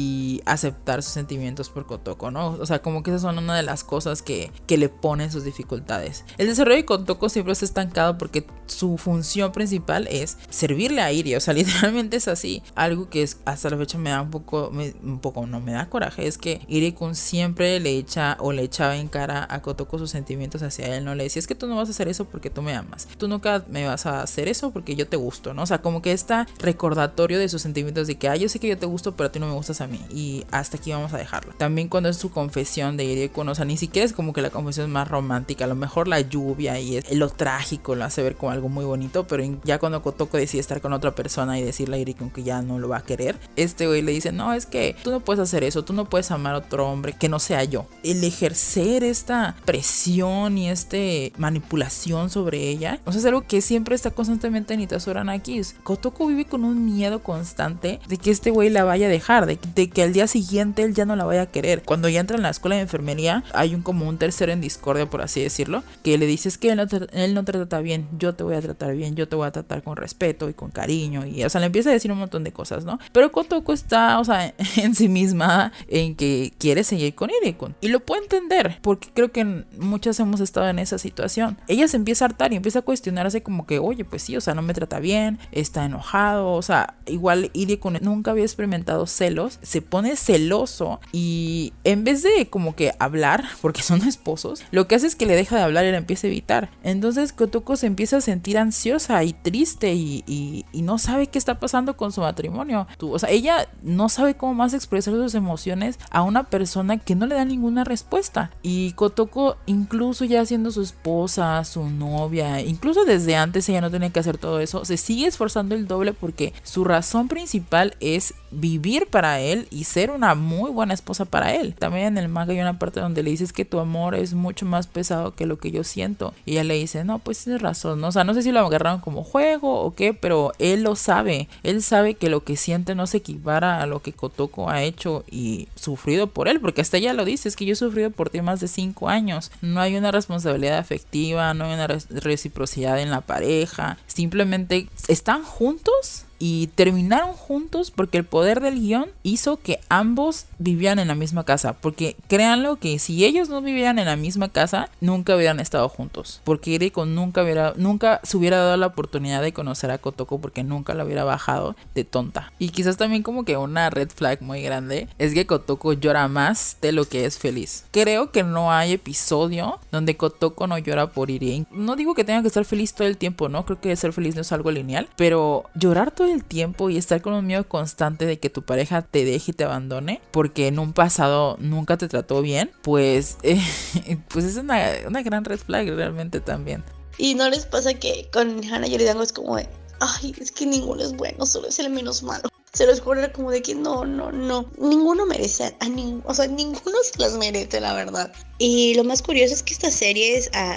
y aceptar sus sentimientos por Kotoko, ¿no? O sea, como que esas son una de las cosas que, que le ponen sus dificultades. El desarrollo de Kotoko siempre está estancado porque su función principal es servirle a Irie, o sea, literalmente es así. Algo que es, hasta la fecha me da un poco, me, un poco, no me da coraje, es que Irie-kun siempre le echa o le echaba en cara a Kotoko sus sentimientos hacia él, no le decía, es que tú no vas a hacer eso porque tú me amas, tú nunca me vas a hacer eso porque yo te gusto, ¿no? O sea, como que está recordatorio de sus sentimientos de que, ah, yo sé que yo te gusto, pero a ti no me gustas a mí, y hasta aquí vamos a dejarlo. También cuando es su confesión de Irie-kun, o sea, ni siquiera es como que la confesión más romántica, a lo mejor la lluvia y es lo trágico lo hace ver como algo muy bonito, pero ya cuando Kotoko decide estar con otra persona y decirle a Irie-kun que ya no lo va a querer, este güey le dice, no, es que tú no puedes hacer eso, tú no puedes amar a otro hombre que no sea yo. El ejercer esta presión y este manipulación sobre ella, o sea, es algo que siempre está constantemente en Itazuran Akis. Kotoko vive con un miedo constante de que este güey la vaya a dejar, de, de que al día siguiente él ya no la vaya a querer. Cuando ya entra en la escuela de enfermería, hay un como un tercero en discordia, por así decirlo, que le dice, es que él no, te, él no te trata bien, yo te voy a tratar bien, yo te voy a tratar con respeto y con cariño, y o sea, le empieza a decir un montón de cosas, ¿no? Pero Kotoko está, o sea, en sí misma en que quiere seguir con Irie-kun, y lo puedo entender, porque creo que muchas hemos estado en esa situación. Ella se empieza a hartar y empieza a cuestionarse como que, oye, pues sí, o sea, no me trata bien, está enojado, o sea, igual Irie-kun nunca había experimentado celos, se pone celoso y en vez de como que hablar, porque son esposos, lo que hace es que le deja de hablar y la empieza a evitar. Entonces Kotoko se empieza a sentir ansiosa y triste y, y, y no sabe qué está pasando con su matrimonio. Tú, o sea, ella no sabe cómo más expresar sus emociones a una persona que no le da ninguna respuesta. Y Kotoko, incluso ya siendo su esposa, su novia, incluso desde antes ella no tenía que hacer todo eso, se sigue esforzando el doble porque su razón principal es vivir para él y ser una muy buena esposa para él. También en el manga hay una parte donde le dices que tu amor es mucho más pesado que lo que yo siento, y ella le dice, no, pues tienes razón, ¿no? O sea, no sé si lo agarraron como juego o qué, pero él lo sabe, él sabe que lo que siente no se equipara a lo que Kotoko ha hecho y sufrido por él, porque hasta ella lo dice, es que yo he sufrido por ti más de cinco años, no hay una responsabilidad afectiva, no hay una reciprocidad en la pareja, simplemente están juntos y terminaron juntos porque el poder del guión hizo que ambos vivían en la misma casa, porque créanlo que si ellos no vivieran en la misma casa nunca hubieran estado juntos, porque Irie-kun nunca hubiera nunca se hubiera dado la oportunidad de conocer a Kotoko, porque nunca la hubiera bajado de tonta. Y quizás también como que una red flag muy grande es que Kotoko llora más de lo que es feliz. Creo que no hay episodio donde Kotoko no llora por Irie. No digo que tenga que estar feliz todo el tiempo, no creo que ser feliz no es algo lineal, pero llorar todo el tiempo y estar con un miedo constante de que tu pareja te deje y te abandone porque en un pasado nunca te trató bien, pues eh, pues es una, una gran red flag realmente también. ¿Y no les pasa que con Hana Yoridango es como de, ay, es que ninguno es bueno, solo es el menos malo? Se los juro, era como de que no, no, no, ninguno merece a ninguno, o sea, ninguno se las merece, la verdad. Y lo más curioso es que estas series, uh,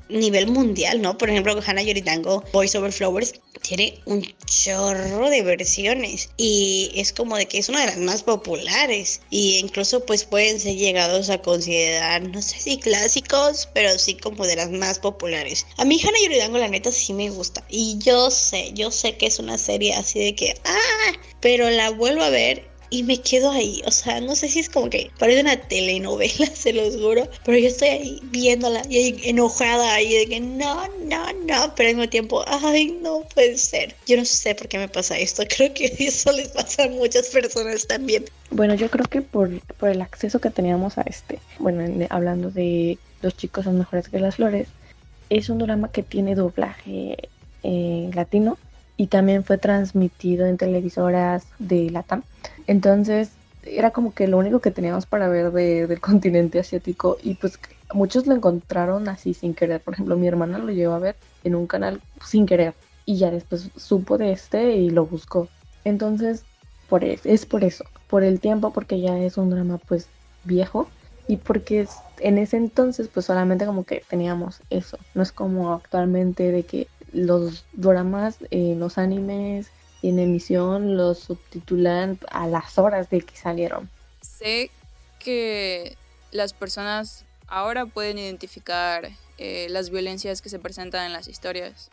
nivel mundial, ¿no? Por ejemplo, Hana Yoridango, Boys Over Flowers, tiene un chorro de versiones y es como de que es una de las más populares y incluso pues pueden ser llegados a considerar, no sé si clásicos, pero sí como de las más populares. A mí Hana Yoridango la neta sí me gusta y yo sé, yo sé que es una serie así de que, ah, pero la vuelvo a ver y me quedo ahí, o sea, no sé si es como que parece una telenovela, se los juro, pero yo estoy ahí viéndola y ahí enojada ahí de que no, no, no, pero al mismo tiempo, ay, no puede ser. Yo no sé por qué me pasa esto, creo que eso les pasa a muchas personas también. Bueno, yo creo que por, por el acceso que teníamos a este, bueno, en, hablando de Los chicos son mejores que las flores, es un drama que tiene doblaje eh, latino y también fue transmitido en televisoras de Latam. Entonces era como que lo único que teníamos para ver de, del continente asiático y pues muchos lo encontraron así sin querer. Por ejemplo, mi hermana lo llevó a ver en un canal sin querer y ya después supo de este y lo buscó. Entonces por es, es por eso, por el tiempo, porque ya es un drama pues viejo y porque es, en ese entonces pues solamente como que teníamos eso. No es como actualmente de que los dramas, eh, los animes en emisión los subtitulan a las horas de que salieron. Sé que las personas ahora pueden identificar eh, las violencias que se presentan en las historias,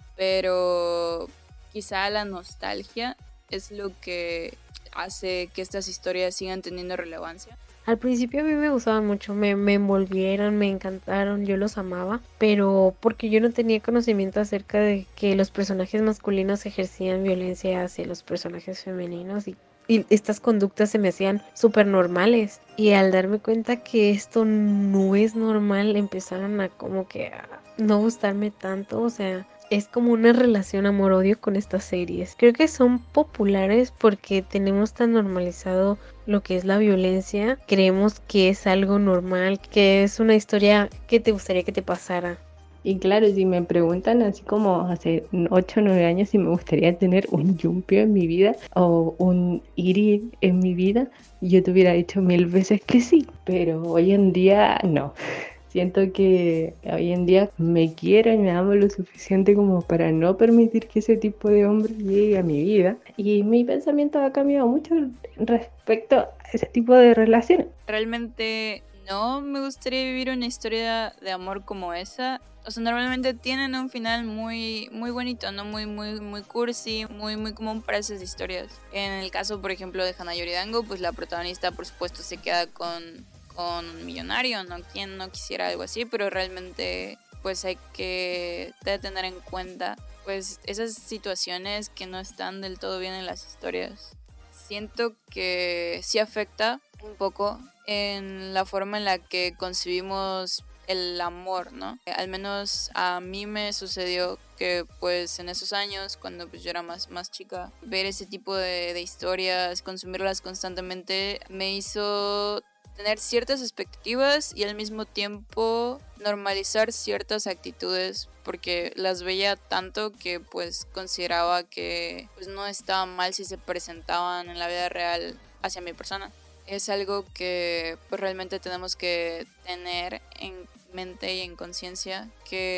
pero quizá la nostalgia es lo que hace que estas historias sigan teniendo relevancia. Al principio a mí me gustaban mucho, me, me envolvieron, me encantaron, yo los amaba, pero porque yo no tenía conocimiento acerca de que los personajes masculinos ejercían violencia hacia los personajes femeninos y, y estas conductas se me hacían súper normales. Y al darme cuenta que esto no es normal, empezaron a como que a no gustarme tanto, o sea... Es como una relación amor-odio con estas series. Creo que son populares porque tenemos tan normalizado lo que es la violencia. Creemos que es algo normal, que es una historia que te gustaría que te pasara. Y claro, si me preguntan así como hace ocho o nueve años si me gustaría tener un Yumpio en mi vida o un Iri en mi vida, yo te hubiera dicho mil veces que sí. Pero hoy en día no. Siento que hoy en día me quiero y me amo lo suficiente como para no permitir que ese tipo de hombre llegue a mi vida. Y mi pensamiento ha cambiado mucho respecto a ese tipo de relaciones. Realmente no me gustaría vivir una historia de amor como esa. O sea, normalmente tienen un final muy, muy bonito, ¿no? Muy, muy, muy cursi, muy, muy común para esas historias. En el caso, por ejemplo, de Hana Yoridango, pues la protagonista, por supuesto, se queda con... con un millonario, ¿no? ¿Quién no quisiera algo así? Pero realmente pues hay que tener en cuenta pues esas situaciones que no están del todo bien en las historias. Siento que sí afecta un poco en la forma en la que concebimos el amor, ¿no? Al menos a mí me sucedió que pues en esos años, cuando pues yo era más, más chica, ver ese tipo de, de historias, consumirlas constantemente, me hizo tener ciertas expectativas y al mismo tiempo normalizar ciertas actitudes porque las veía tanto que pues consideraba que pues no estaba mal si se presentaban en la vida real hacia mi persona. Es algo que pues realmente tenemos que tener en mente y en conciencia,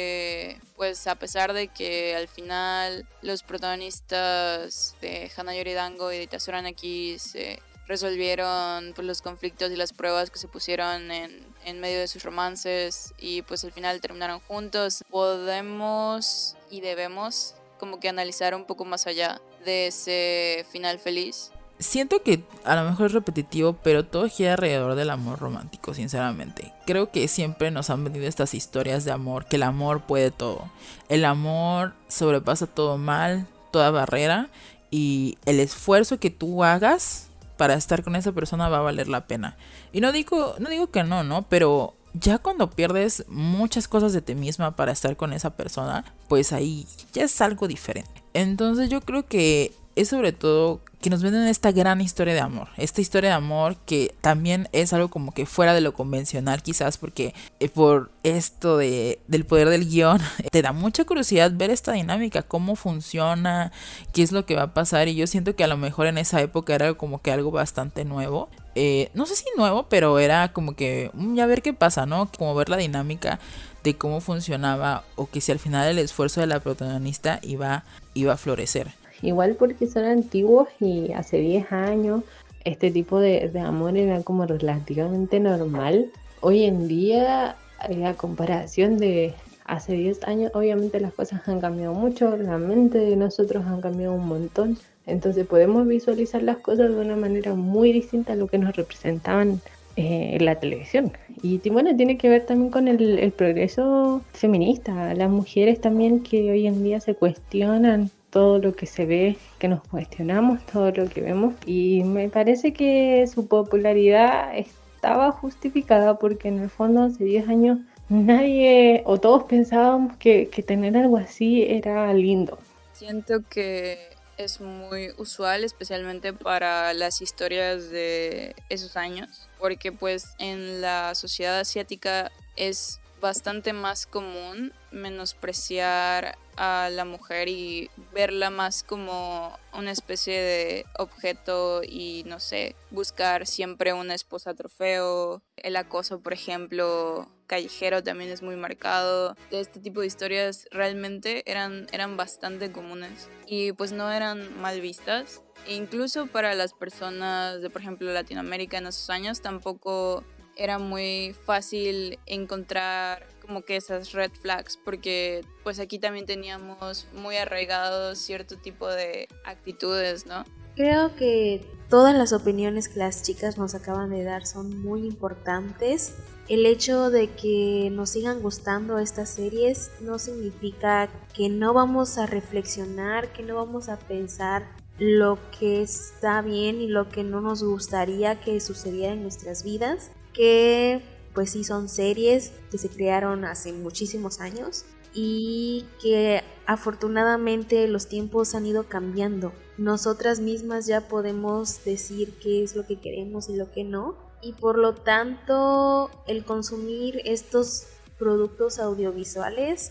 que pues a pesar de que al final los protagonistas de Hana Yoridango y de Itazuran Aki se resolvieron pues, los conflictos y las pruebas que se pusieron en, en medio de sus romances y pues al final terminaron juntos, podemos y debemos como que analizar un poco más allá de ese final feliz. Siento que a lo mejor es repetitivo, pero todo gira alrededor del amor romántico, sinceramente. Creo que siempre nos han vendido estas historias de amor, que el amor puede todo. El amor sobrepasa todo mal, toda barrera, y el esfuerzo que tú hagas para estar con esa persona va a valer la pena. Y no digo, no digo que no, ¿no? Pero ya cuando pierdes muchas cosas de ti misma para estar con esa persona, pues ahí ya es algo diferente. Entonces yo creo que es sobre todo que nos venden esta gran historia de amor, esta historia de amor que también es algo como que fuera de lo convencional quizás, porque eh, por esto de, del poder del guión te da mucha curiosidad ver esta dinámica, cómo funciona, qué es lo que va a pasar, y yo siento que a lo mejor en esa época era como que algo bastante nuevo. Eh, no sé si nuevo, pero era como que mm, ya ver qué pasa, ¿no? Como ver la dinámica de cómo funcionaba, o que si al final el esfuerzo de la protagonista iba, iba a florecer. Igual porque son antiguos y hace diez años este tipo de, de amor era como relativamente normal. Hoy en día, a comparación de hace diez años, obviamente las cosas han cambiado mucho, la mente de nosotros han cambiado un montón. Entonces podemos visualizar las cosas de una manera muy distinta a lo que nos representaban eh, en la televisión. Y bueno, tiene que ver también con el, el progreso feminista. Las mujeres también que hoy en día se cuestionan todo lo que se ve, que nos cuestionamos, todo lo que vemos. Y me parece que su popularidad estaba justificada porque en el fondo hace diez años nadie o todos pensábamos que, que tener algo así era lindo. Siento que es muy usual, especialmente para las historias de esos años, porque pues en la sociedad asiática es bastante más común menospreciar a la mujer y verla más como una especie de objeto y, no sé, buscar siempre una esposa trofeo. El acoso, por ejemplo, callejero también es muy marcado. Este tipo de historias realmente eran, eran bastante comunes y pues no eran mal vistas. E incluso para las personas de, por ejemplo, Latinoamérica en esos años tampoco era muy fácil encontrar como que esas red flags, porque pues aquí también teníamos muy arraigados cierto tipo de actitudes, ¿no? Creo que todas las opiniones que las chicas nos acaban de dar son muy importantes. El hecho de que nos sigan gustando estas series no significa que no vamos a reflexionar, que no vamos a pensar lo que está bien y lo que no nos gustaría que sucediera en nuestras vidas, que pues sí son series que se crearon hace muchísimos años y que afortunadamente los tiempos han ido cambiando. Nosotras mismas ya podemos decir qué es lo que queremos y lo que no, y por lo tanto el consumir estos productos audiovisuales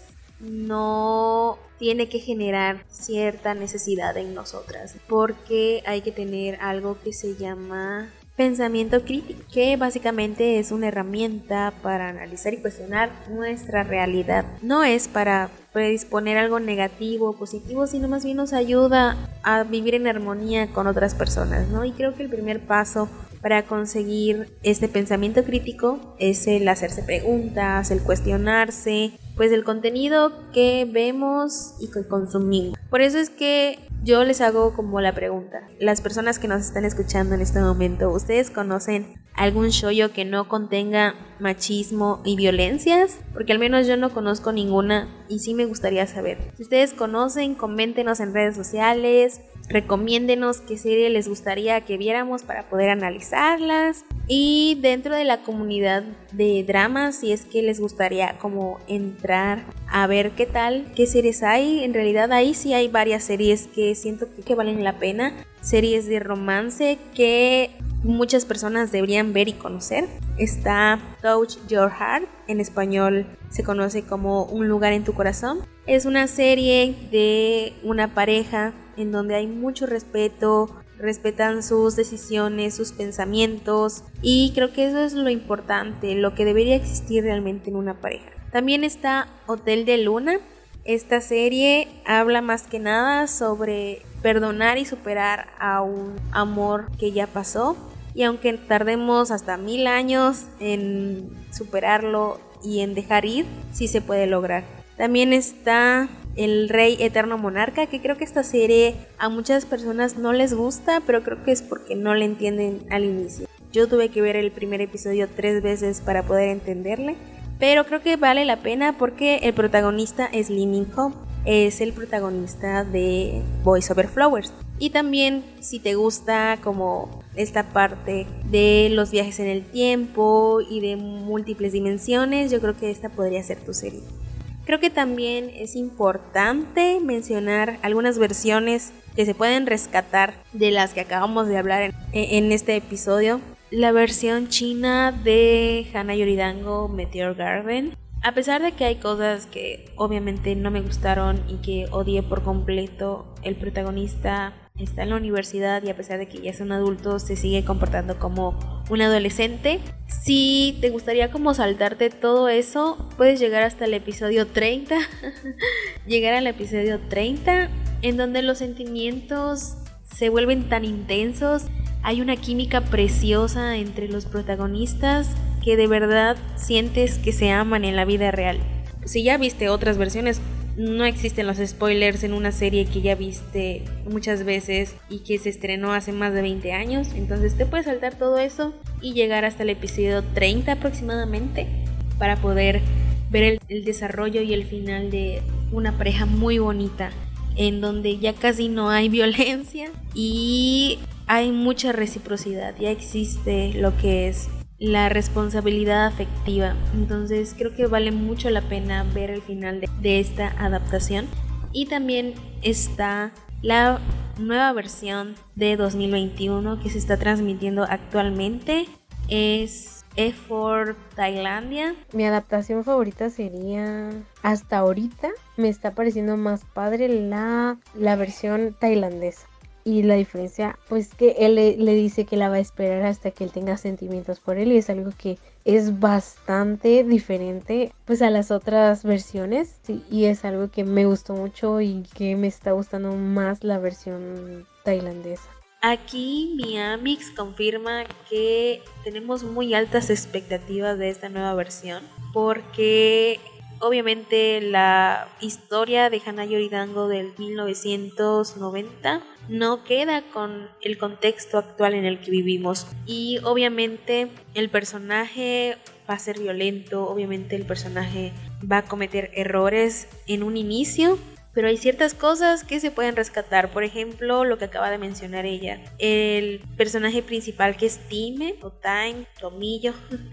no tiene que generar cierta necesidad en nosotras, porque hay que tener algo que se llama pensamiento crítico, que básicamente es una herramienta para analizar y cuestionar nuestra realidad. No es para predisponer algo negativo o positivo, sino más bien nos ayuda a vivir en armonía con otras personas, ¿no? Y creo que el primer paso para conseguir este pensamiento crítico es el hacerse preguntas, el cuestionarse, pues el contenido que vemos y que consumimos. Por eso es que yo les hago como la pregunta, las personas que nos están escuchando en este momento, ¿ustedes conocen algún shoujo que no contenga machismo y violencias? Porque al menos yo no conozco ninguna y sí me gustaría saber. Si ustedes conocen, coméntenos en redes sociales, recomiéndenos qué serie les gustaría que viéramos para poder analizarlas. Y dentro de la comunidad de dramas, si es que les gustaría como entrar a ver qué tal, qué series hay. En realidad ahí sí hay varias series que siento que, que valen la pena. Series de romance que muchas personas deberían ver y conocer. Está Touch Your Heart, en español se conoce como Un lugar en tu corazón. Es una serie de una pareja en donde hay mucho respeto, respetan sus decisiones, sus pensamientos, y creo que eso es lo importante, lo que debería existir realmente en una pareja. También está Hotel de Luna. Esta serie habla más que nada sobre perdonar y superar a un amor que ya pasó, y aunque tardemos hasta mil años en superarlo y en dejar ir, sí se puede lograr. También está El Rey Eterno Monarca, que creo que esta serie a muchas personas no les gusta, pero creo que es porque no la entienden al inicio. Yo tuve que ver el primer episodio tres veces para poder entenderle, pero creo que vale la pena porque el protagonista es Lee Min-ho, es el protagonista de Boys Over Flowers. Y también si te gusta como esta parte de los viajes en el tiempo y de múltiples dimensiones, yo creo que esta podría ser tu serie. Creo que también es importante mencionar algunas versiones que se pueden rescatar de las que acabamos de hablar en, en este episodio. La versión china de Hana Yoridango Meteor Garden. A pesar de que hay cosas que obviamente no me gustaron y que odié por completo, el protagonista está en la universidad y a pesar de que ya es un adulto se sigue comportando como un adolescente. Si te gustaría como saltarte todo eso, puedes llegar hasta el episodio treinta. Llegar al episodio treinta, en donde los sentimientos se vuelven tan intensos. Hay una química preciosa entre los protagonistas que de verdad sientes que se aman en la vida real. Si ya viste otras versiones, no existen los spoilers en una serie que ya viste muchas veces y que se estrenó hace más de veinte años. Entonces te puedes saltar todo eso y llegar hasta el episodio treinta aproximadamente para poder ver el, el desarrollo y el final de una pareja muy bonita, en donde ya casi no hay violencia y hay mucha reciprocidad. Ya existe lo que es la responsabilidad afectiva. Entonces creo que vale mucho la pena ver el final de, de esta adaptación. Y también está la nueva versión de dos mil veintiuno que se está transmitiendo actualmente. Es Effort Tailandia. Mi adaptación favorita sería, hasta ahorita me está pareciendo más padre la, la versión tailandesa. Y la diferencia, pues que él le, le dice que la va a esperar hasta que él tenga sentimientos por él. Y es algo que es bastante diferente pues a las otras versiones. Sí, y es algo que me gustó mucho y que me está gustando más la versión tailandesa. Aquí mi Amix confirma que tenemos muy altas expectativas de esta nueva versión. Porque obviamente la historia de Hana Yoridango del mil novecientos noventa no queda con el contexto actual en el que vivimos. Y obviamente el personaje va a ser violento, obviamente el personaje va a cometer errores en un inicio, pero hay ciertas cosas que se pueden rescatar. Por ejemplo, lo que acaba de mencionar ella, el personaje principal que es Time o Time, Tomillo,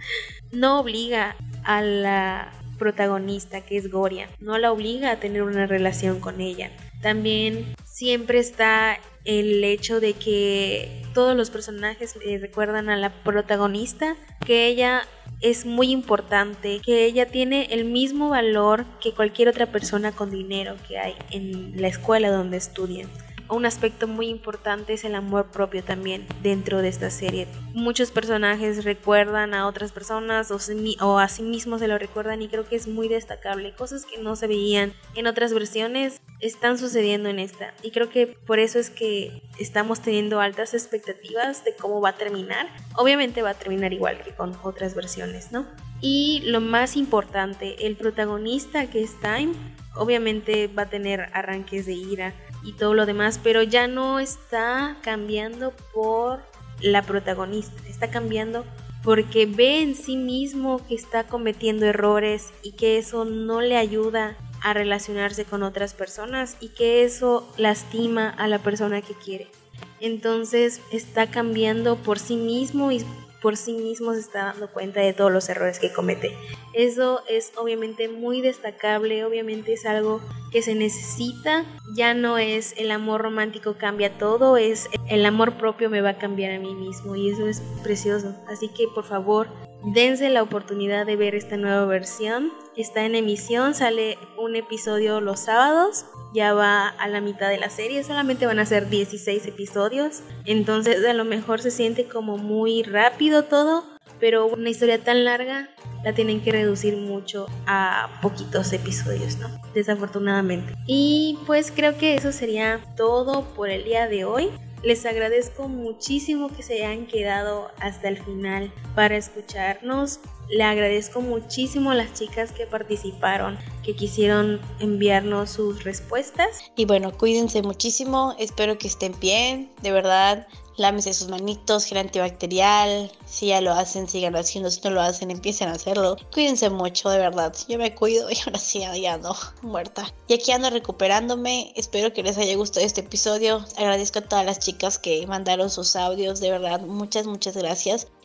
no obliga a la protagonista que es Goria, no la obliga a tener una relación con ella. También siempre está el hecho de que todos los personajes le recuerdan a la protagonista que ella es muy importante, que ella tiene el mismo valor que cualquier otra persona con dinero que hay en la escuela donde estudian. Un aspecto muy importante es el amor propio también dentro de esta serie. Muchos personajes recuerdan a otras personas o, si, o a sí mismos se lo recuerdan y creo que es muy destacable. Cosas que no se veían en otras versiones están sucediendo en esta y creo que por eso es que estamos teniendo altas expectativas de cómo va a terminar. Obviamente va a terminar igual que con otras versiones, ¿no? Y lo más importante, el protagonista que es Time, obviamente va a tener arranques de ira y todo lo demás, pero ya no está cambiando por la protagonista, está cambiando porque ve en sí mismo que está cometiendo errores y que eso no le ayuda a relacionarse con otras personas y que eso lastima a la persona que quiere. Entonces está cambiando por sí mismo y por sí mismo se está dando cuenta de todos los errores que comete. Eso es obviamente muy destacable, obviamente es algo que se necesita. Ya no es el amor romántico cambia todo, es el amor propio me va a cambiar a mí mismo y eso es precioso. Así que por favor, dense la oportunidad de ver esta nueva versión. Está en emisión, sale un episodio los sábados. Ya va a la mitad de la serie, solamente van a ser dieciséis episodios, entonces a lo mejor se siente como muy rápido todo, pero una historia tan larga la tienen que reducir mucho a poquitos episodios, ¿no? Desafortunadamente. Y pues creo que eso sería todo por el día de hoy. Les agradezco muchísimo que se hayan quedado hasta el final para escucharnos. Le agradezco muchísimo a las chicas que participaron, que quisieron enviarnos sus respuestas. Y bueno, cuídense muchísimo, espero que estén bien, de verdad. Lámense sus manitos, gel antibacterial. Si ya lo hacen, sigan haciendo. Si no lo hacen, empiecen a hacerlo. Cuídense mucho, de verdad. Yo me cuido y ahora sí ya ando muerta. Y aquí ando recuperándome. Espero que les haya gustado este episodio. Agradezco a todas las chicas que mandaron sus audios. De verdad, muchas, muchas gracias.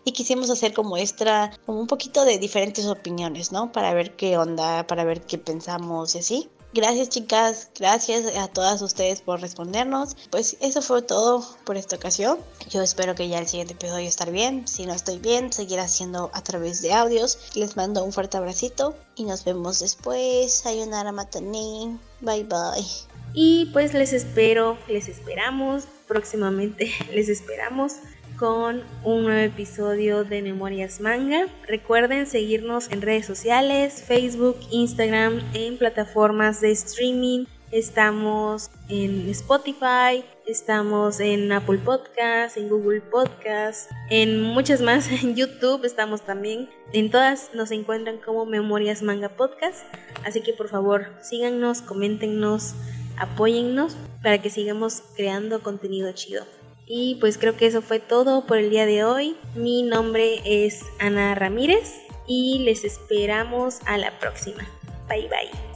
y quisimos hacer como extra, como un poquito de diferentes opiniones, ¿no? Para ver qué onda, para ver qué pensamos y así. Gracias chicas, gracias a todas ustedes por respondernos. Pues eso fue todo por esta ocasión. Yo espero que ya el siguiente episodio estar bien. Si no estoy bien, seguir haciendo a través de audios. Les mando un fuerte abracito y nos vemos después. Sayonara matane. Bye bye. Y pues les espero, les esperamos próximamente, les esperamos con un nuevo episodio de Memorias Manga. Recuerden seguirnos en redes sociales, Facebook, Instagram, en plataformas de streaming. Estamos en Spotify, estamos en Apple Podcasts, en Google Podcasts, en muchas más, en YouTube estamos también. En todas nos encuentran como Memorias Manga Podcast. Así que por favor síganos, coméntenos, apóyennos para que sigamos creando contenido chido. Y pues creo que eso fue todo por el día de hoy. Mi nombre es Ana Ramírez y les esperamos a la próxima. Bye bye.